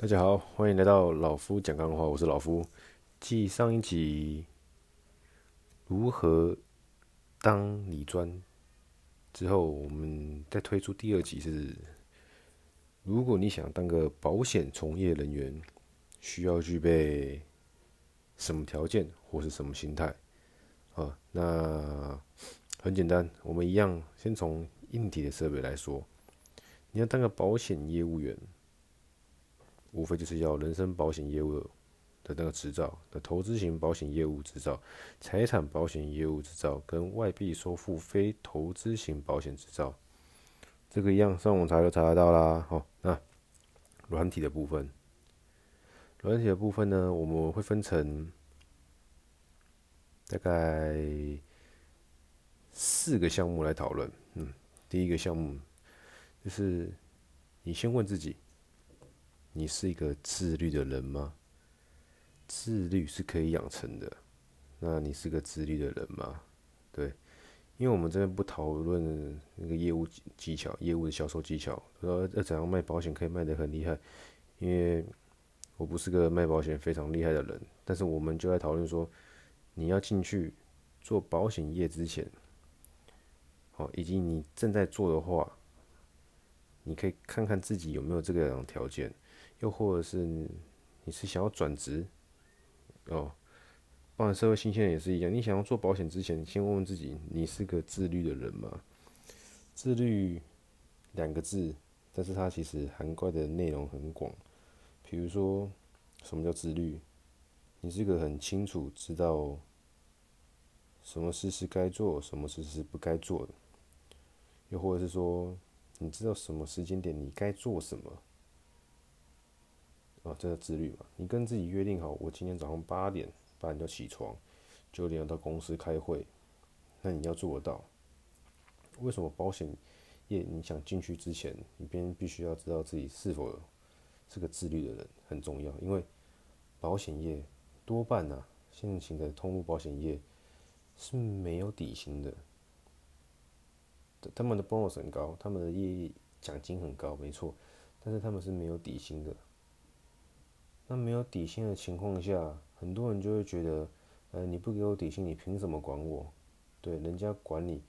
大家好，欢迎来到老夫讲干话，我是老夫。继上一集如何当理专之后，我们再推出第二集是，如果你想当个保险从业人员，需要具备什么条件或是什么心态啊？那很简单，我们一样先从硬体的设备来说，你要当个保险业务员，无非就是要人身保险业务的那个执照的投资型保险业务执照、财产保险业务执照跟外币收付非投资型保险执照，这个一样上网查就查得到啦。好，那软体的部分，软体的部分呢，我们会分成大概4个项目来讨论。第一个项目就是你先问自己，你是一个自律的人吗？自律是可以养成的。那你是个自律的人吗？对，因为我们这边不讨论那个业务技巧、业务的销售技巧，要怎样卖保险可以卖得很厉害。因为我不是个卖保险非常厉害的人，但是我们就在讨论说，你要进去做保险业之前，以及你正在做的话，你可以看看自己有没有这个样的条件，又或者是你是想要转职哦。包含社会新鲜人也是一样，你想要做保险之前，先问问自己，你是个自律的人吗？自律2个字，但是它其实涵盖的内容很广。比如说，什么叫自律？你是个很清楚知道什么事是该做，什么事是不该做的，又或者是说，你知道什么时间点你该做什么这叫自律嘛？你跟自己约定好，我今天早上8点就起床，9点要到公司开会，那你要做得到。为什么保险业你想进去之前，你必须要知道自己是否是个自律的人，很重要。因为保险业多半现行的通路保险业是没有底薪的，他们的 bonus 很高，他们的业绩奖金很高，没错，但是他们是没有底薪的。那没有底薪的情况下，很多人就会觉得，你不给我底薪，你凭什么管我？对，人家管你，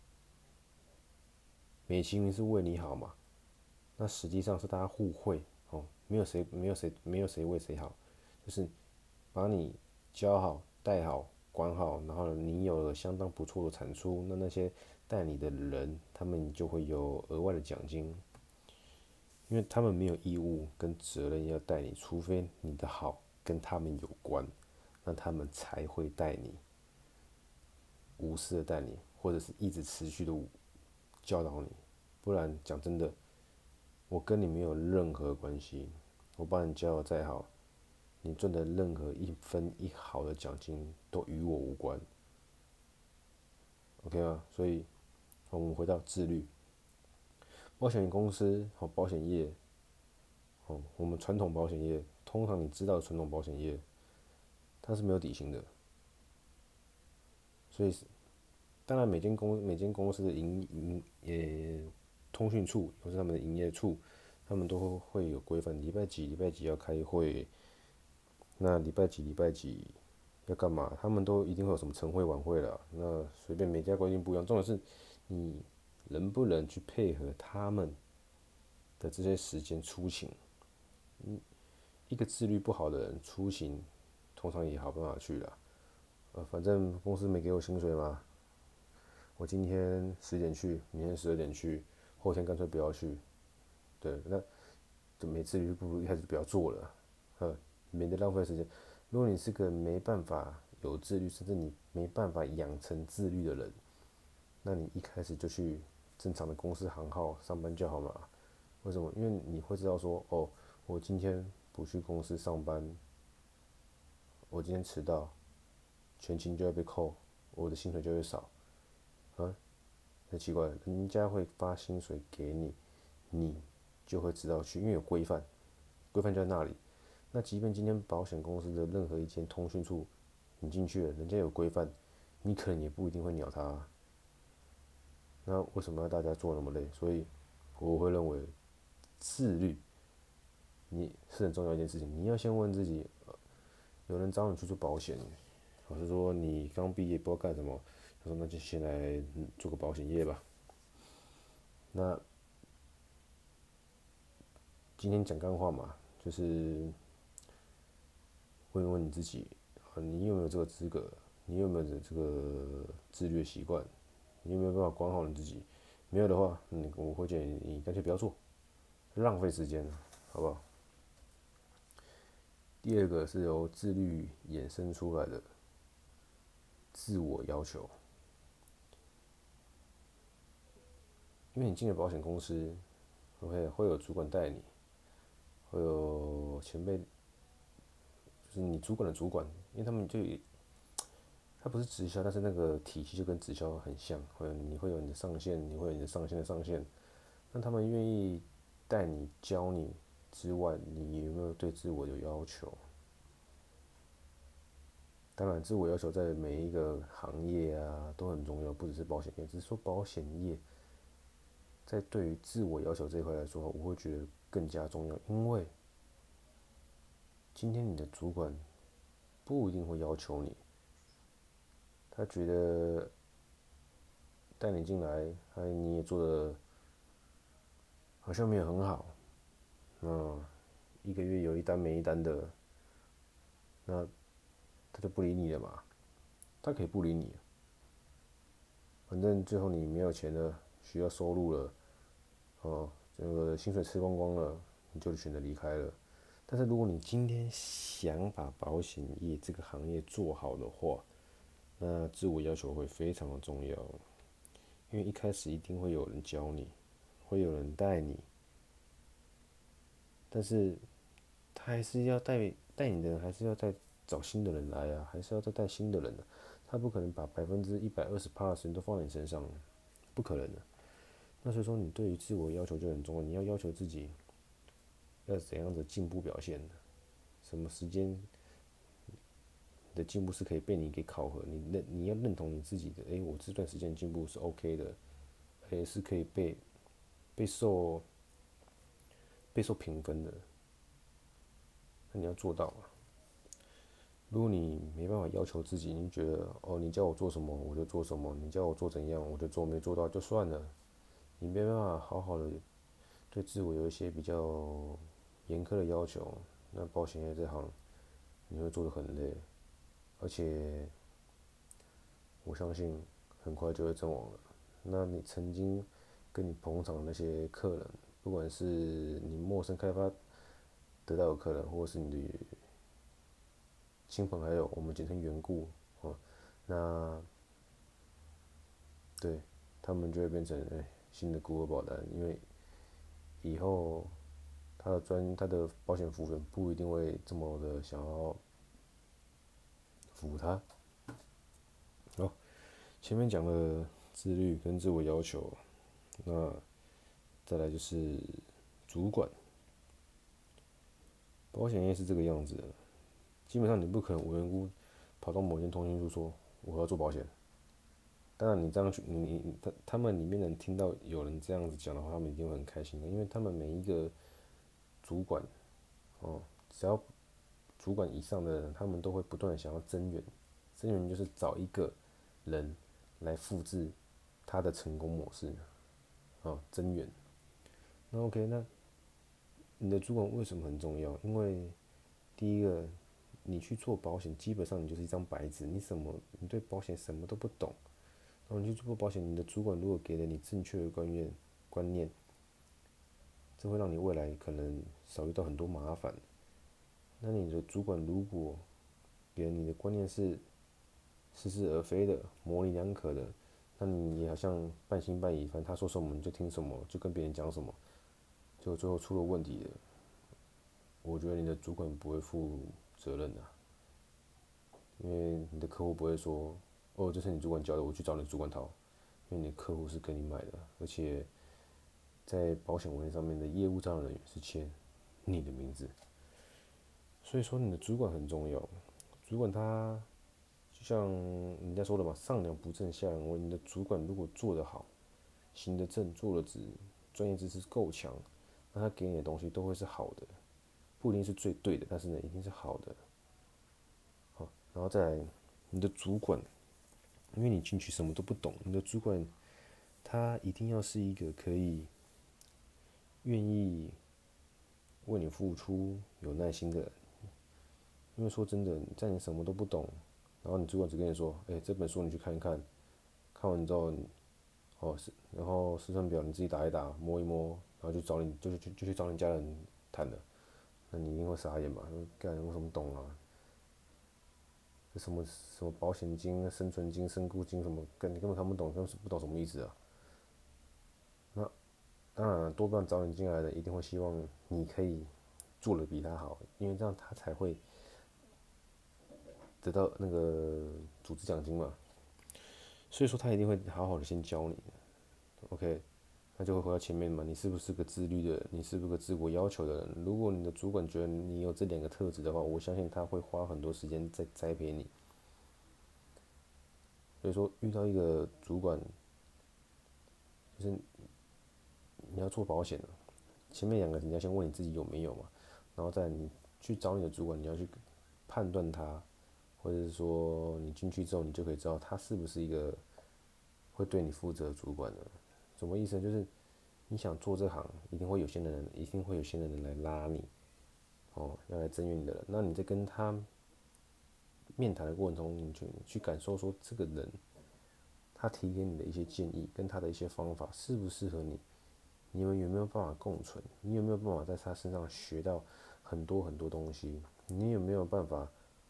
美其名是为你好嘛，那实际上是大家互惠没有谁为谁好，就是把你教好、带好、管好，然后你有了相当不错的产出，那些带你的人，他们就会有额外的奖金，因为他们没有义务跟责任要带你，除非你的好跟他们有关，那他们才会带你，无私的带你，或者是一直持续的教导你，不然讲真的，我跟你没有任何关系，我把你教的再好，你赚的任何一分一毫的奖金都与我无关，OK 吗？所以，我们回到自律，保险公司和保险业，我们传统保险业，通常你知道的传统保险业，它是没有底薪的，所以当然每间公司的通讯处或是他们的营业处，他们都会有规范，礼拜几要开会，那礼拜几要干嘛？他们都一定会有什么晨会晚会啦。那随便每家规定不一样，重点是你能不能去配合他们的这些时间出勤。一个自律不好的人出勤，通常也好办法去啦。反正公司没给我薪水嘛，我今天10点去，明天12点去，后天干脆不要去。对，那就没自律，不如一开始不要做了，免得浪费时间。如果你是个没办法有自律，甚至你没办法养成自律的人，那你一开始就去正常的公司行号上班就好嘛。为什么？因为你会知道说，我今天不去公司上班，我今天迟到，全勤就会被扣，我的薪水就会少。很奇怪，人家会发薪水给你，你就会知道去，因为有规范，规范就在那里。那即便今天保险公司的任何一间通讯处，你进去了，人家有规范，你可能也不一定会鸟他那为什么要大家做那么累？所以我会认为自律你是很重要一件事情。你要先问自己，有人找你去做保险，或是说你刚毕业不知道干什么，他说那就先来做个保险业吧。那今天讲干话嘛，就是问问你自己，你有没有这个资格？你有没有这个自律的习惯？你有没有办法管好你自己？没有的话，我会建议你干脆不要做，浪费时间，好不好？第二个是由自律衍生出来的自我要求，因为你进了保险公司，会有主管带你，会有前辈，就是你主管的主管，因为他不是直销，但是那个体系就跟直销很像，你会有你的上线，你会有你的上线的上线，那他们愿意带你教你之外，你有没有对自我有要求？当然，自我要求在每一个行业啊都很重要，不只是保险业，只是说保险业在对于自我要求这一块来说，我会觉得更加重要，因为今天你的主管不一定会要求你，他觉得带你进来，你也做的好像没有很好，一个月有一单没一单的，那他就不理你了嘛，他可以不理你，反正最后你没有钱了，需要收入了，这个薪水吃光光了，你就选择离开了。但是如果你今天想把保险业这个行业做好的话，那自我要求会非常的重要，因为一开始一定会有人教你，会有人带你，但是他还是要带你的人，还是要再找新的人来啊，还是要再带新的人的，他不可能把120%的时间都放在你身上，不可能的。那所以说，你对于自我要求就很重要，你要要求自己要怎样的进步表现，什么时间的进步是可以被你给考核，你要认同你自己的，我这段时间进步是 OK 的，是可以被受评分的，那你要做到啊。如果你没办法要求自己，你觉得你叫我做什么我就做什么，你叫我做怎样我就做，没做到就算了，你没办法好好的对自我有一些比较严苛的要求，那保险业这行你会做得很累，而且我相信很快就会阵亡了。那你曾经跟你捧场的那些客人，不管是你陌生开发得到的客人，或是你的亲朋好友，我们简称缘故，那对他们就会变成新的孤儿保单，因为以后他的保险服务员不一定会这么的想要服务他。好，前面讲了自律跟自我要求，那再来就是主管。保险业是这个样子的，基本上你不可能无缘无故跑到某间通讯处说我要做保险。当然，你这样去，他们里面人听到有人这样子讲的话，他们一定会很开心的，因为他们每一个主管，只要主管以上的人，他们都会不断的想要增援，增援就是找一个人来复制他的成功模式，增援。那 OK，那你的主管为什么很重要？因为第一个，你去做保险，基本上你就是一张白纸，你对保险什么都不懂。然后你去做保险，你的主管如果给了你正确的观念，这会让你未来可能少遇到很多麻烦。那你的主管如果给了你的观念是似是而非的、模棱两可的，那你也好像半信半疑，反正他说什么你就听什么，就跟别人讲什么，结果最后出了问题了。我觉得你的主管不会负责任的，因为你的客户不会说，这是你主管教的，我去找你主管讨，因为你的客户是跟你买的，而且在保险文件上面的业务账人员是签你的名字，所以说你的主管很重要。主管他就像人家说的嘛，上梁不正下梁歪。你的主管如果做得好，行得正，坐得直，专业知识够强，那他给你的东西都会是好的。 不一定是最对的，但是呢，一定是好的。好，然后再来你的主管，因为你进去什么都不懂，你的主管他一定要是一个可以愿意为你付出、有耐心的人。因为说真的，在你什么都不懂，然后你主管只跟你说，这本书你去看一看，看完之后，然后试算表你自己打一打，摸一摸，然后就去找你家人谈了，那你一定会傻眼吧？干，我什么懂啊？这什么保险金、生存金、身故金什么，你根本看不懂，根本不懂什么意思啊？那当然了，多半找你进来的一定会希望你可以做得比他好，因为这样他才会得到那个组织奖金嘛。所以说他一定会好好的先教你 ，OK，那就会回到前面嘛，你是不是个自律的人？你是不是个自我要求的人？如果你的主管觉得你有这两个特质的话，我相信他会花很多时间在栽培你。所以说遇到一个主管，就是你要做保险的，前面两个你要先问你自己有没有嘛，然后再你去找你的主管，你要去判断他，或者是说你进去之后，你就可以知道他是不是一个会对你负责的主管的。什么意思呢？就是你想做这行，一定会有些人来拉你，要来增援你的人。那你在跟他面谈的过程中，你去感受说这个人他提给你的一些建议跟他的一些方法适不适合你，你们有没有办法共存？你有没有办法在他身上学到很多很多东西？你有没有办法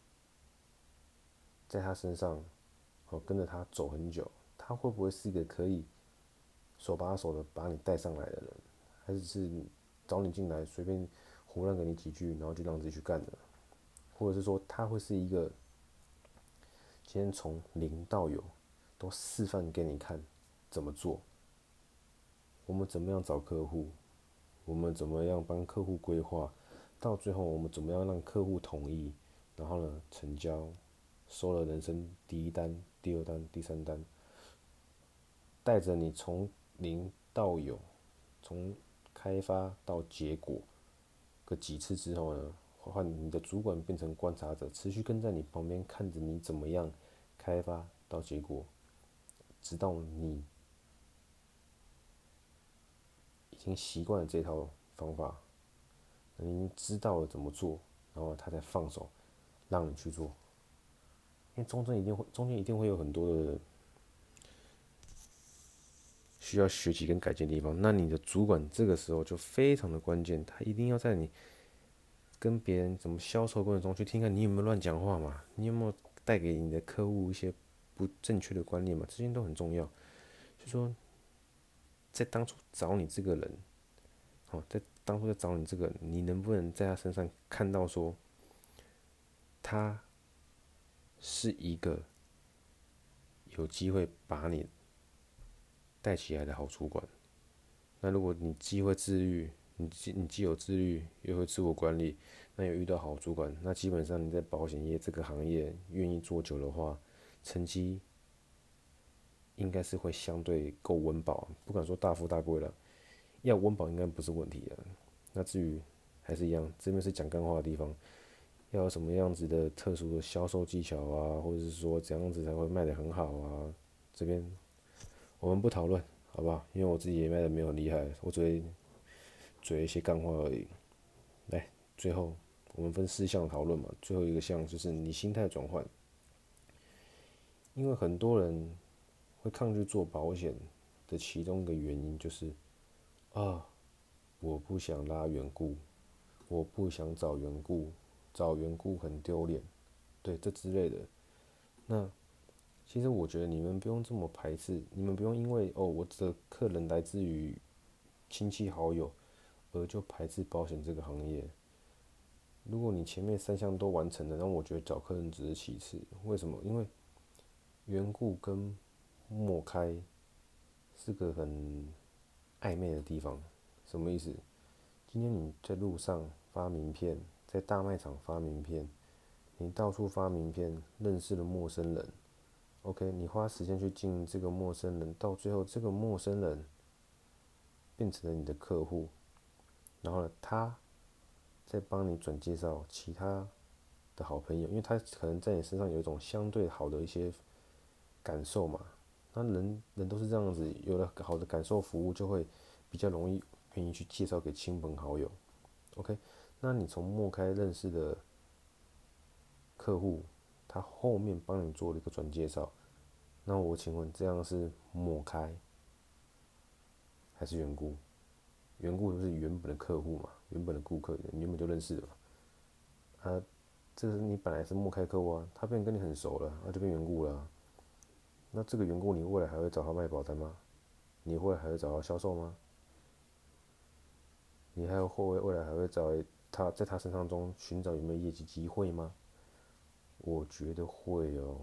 在他身上，跟着他走很久？他会不会是一个可以手把手的把你带上来的人，还是找你进来随便胡乱给你几句，然后就让自己去干的？或者是说他会是一个今天从零到有都示范给你看怎么做？我们怎么样找客户？我们怎么样帮客户规划？到最后我们怎么样让客户同意？然后呢，成交，收了人生第一单、第二单、第三单，带着你从零到有，从开发到结果个几次之后呢，换你的主管变成观察者，持续跟在你旁边看着你怎么样开发到结果，直到你已经习惯了这套方法，你已经知道了怎么做，然后他才放手让你去做。因为中间一定会有很多的需要学习跟改进的地方。那你的主管这个时候就非常的关键，他一定要在你跟别人怎么销售过程中去听看你有没有乱讲话嘛，你有没有带给你的客户一些不正确的观念嘛，这些都很重要。就说在当初找你这个人，在当初在找你这个人，你能不能在他身上看到说，他是一个有机会把你带起来的好主管？那如果你既会自律，你既有自律，又会自我管理，那有遇到好主管，那基本上你在保险业这个行业愿意做久的话，成绩应该是会相对够温饱，不敢说大富大贵了，要温饱应该不是问题的。那至于还是一样，这边是讲干话的地方，要有什么样子的特殊的销售技巧啊，或者是说怎样子才会卖得很好啊，这边我们不讨论，好不好？因为我自己也卖得没有很厉害，我只会嘴一些干话而已。来，最后我们分4项讨论嘛，最后一个项就是你心态转换，因为很多人会抗拒做保险的其中一个原因就是我不想拉缘故，我不想找缘故，找缘故很丢脸，对，这之类的。那其实我觉得你们不用这么排斥，你们不用因为我的客人来自于亲戚好友而就排斥保险这个行业。如果你前面3项都完成了，那我觉得找客人只是其次。为什么？因为缘故跟陌开是个很暧昧的地方。什么意思？今天你在路上发名片，在大卖场发名片，你到处发名片，认识了陌生人。OK， 你花时间去经营这个陌生人，到最后这个陌生人变成了你的客户，然后呢，他再帮你转介绍其他的好朋友，因为他可能在你身上有一种相对好的一些感受嘛。那人都是这样子，有了好的感受服务，就会比较容易愿意去介绍给亲朋好友。OK，那你从陌开认识的客户，他后面帮你做了一个转介绍，那我请问这样是陌开还是缘故？缘故就是原本的客户嘛，原本的顾客，你原本就认识的嘛。啊，这个是你本来是陌开客户啊，他变跟你很熟了，那就变缘故了啊。那这个缘故，你未来还会找他卖保单吗？你未来还会找他销售吗？你还有未来还会找他在他身上中寻找有没有业绩机会吗？我觉得会哦。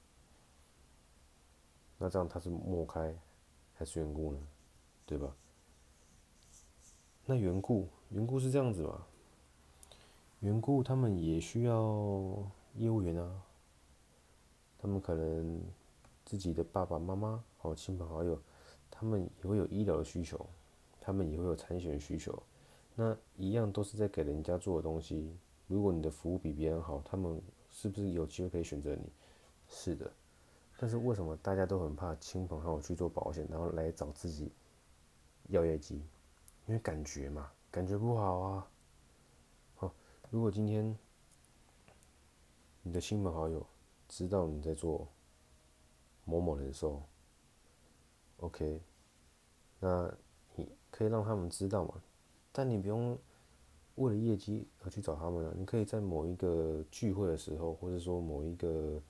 那这样他是陌开还是缘故呢？对吧？那缘故是这样子嘛？缘故他们也需要业务员啊，他们可能自己的爸爸妈妈、亲朋好友，他们也会有医疗的需求，他们也会有产险的需求。那一样都是在给人家做的东西。如果你的服务比别人好，他们是不是有机会可以选择你？是的。但是为什么大家都很怕亲朋好友去做保险，然后来找自己要业绩？因为感觉嘛，感觉不好啊。好，如果今天你的亲朋好友知道你在做某某人寿，OK，那你可以让他们知道嘛，但你不用为了业绩而去找他们啊。你可以在某一个聚会的时候，或者说某一个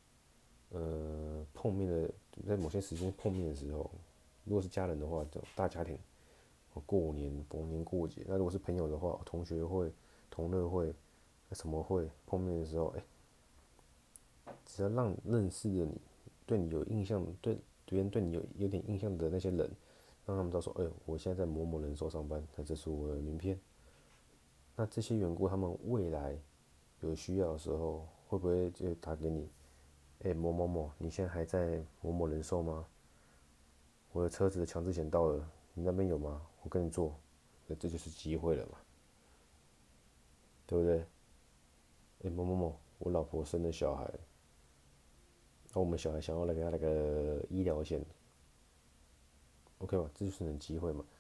碰面的，在某些时间碰面的时候，如果是家人的话，就大家庭，过年、逢年过节；那如果是朋友的话，同学会、同乐会、什么会碰面的时候，只要让认识的你，对你有印象，对别人对你有点印象的那些人，让他们知道说，我现在在某某人寿上班，那这是我的名片。那这些缘故，他们未来有需要的时候，会不会就打给你？某某某，你现在还在某某人寿吗？我的车子的强制险到了，你那边有吗？我跟你做，那这就是机会了嘛，对不对？某某某，我老婆生了小孩，那我们小孩想要给他那个医疗险，OK 吗？这就是你的机会嘛。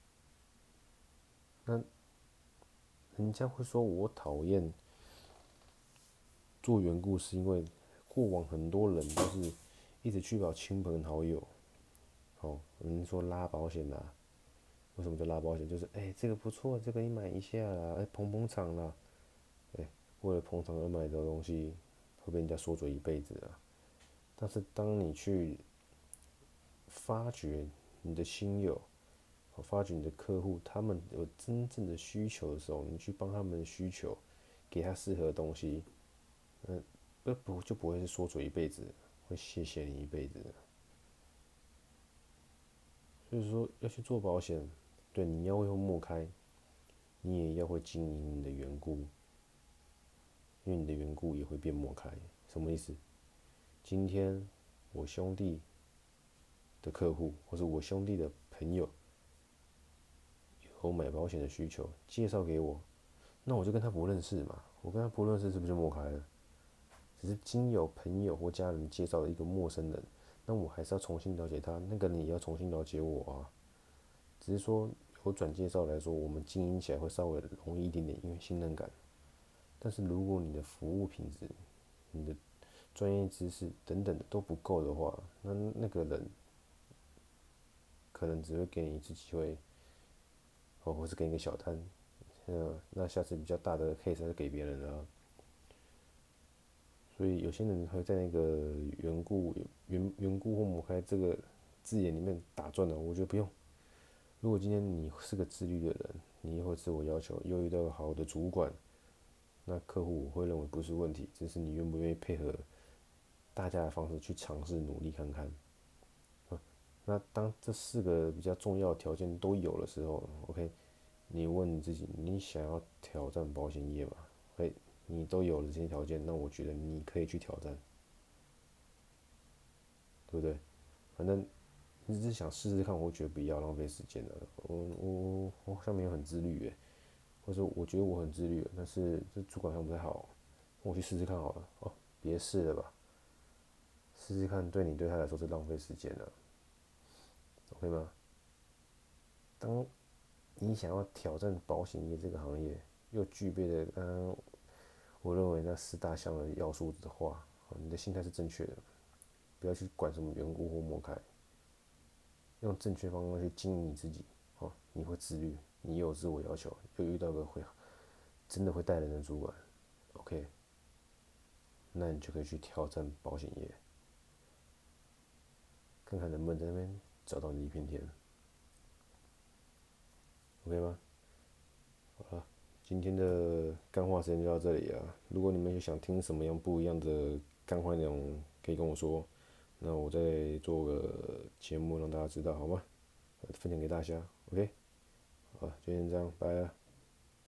那人家会说我讨厌做缘故，是因为过往很多人都是一直去找亲朋好友，人说拉保险啦，为什么叫拉保险？就是这个不错，这个你买一下啦，捧捧场啦，为了捧场而买的东西，会被人家说嘴一辈子啊。但是当你去发掘你的亲友，发掘你的客户，他们有真正的需求的时候，你去帮他们的需求，给他适合的东西，就不会是说嘴一辈子，会谢谢你一辈子。所以说要去做保险，对，你要会陌开，你也要会经营你的缘故，因为你的缘故也会变陌开。什么意思？今天我兄弟的客户，或是我兄弟的朋友有买保险的需求，介绍给我，那我就跟他不认识嘛，我跟他不认识是不是就陌开了？只是经由朋友或家人介绍的一个陌生人，那我还是要重新了解他，那个人也要重新了解我啊。只是说有转介绍来说，我们经营起来会稍微容易一点点，因为信任感。但是如果你的服务品质、你的专业知识等等的都不够的话，那个人可能只会给你一次机会，或是给你一个小单，那下次比较大的 case 还是给别人了啊。所以有些人会在那个缘故或抹开这个字眼里面打转的，我觉得不用。如果今天你是个自律的人，你也会自我要求，又遇到好的主管，那客户会认为不是问题，只是你愿不愿意配合大家的方式去尝试努力看看。那当这4个比较重要的条件都有的时候，OK，你问你自己，你想要挑战保险业吗？你都有了这些条件，那我觉得你可以去挑战，对不对？反正你只是想试试看，我会觉得不要浪费时间的。我好像没有很自律耶， 或者我觉得我很自律，但是这主管看不太好，我去试试看好了。哦，别试了吧，试试看对你对他来说是浪费时间了，OK 吗？当你想要挑战保险业这个行业，又具备了刚刚我认为那4大项的要素的话，你的心态是正确的，不要去管什么缘故或莫开，用正确方向去经营你自己，你会自律，你有自我要求，又遇到个真的会带人的主管，OK，那你就可以去挑战保险业，看看能不能在那边找到你的一片天，OK 吗？好了，今天的干话时间就到这里啊。如果你们有想听什么样不一样的干话内容，可以跟我说，那我再做个节目让大家知道，好吗？分享给大家，OK。好，就先这样，拜了。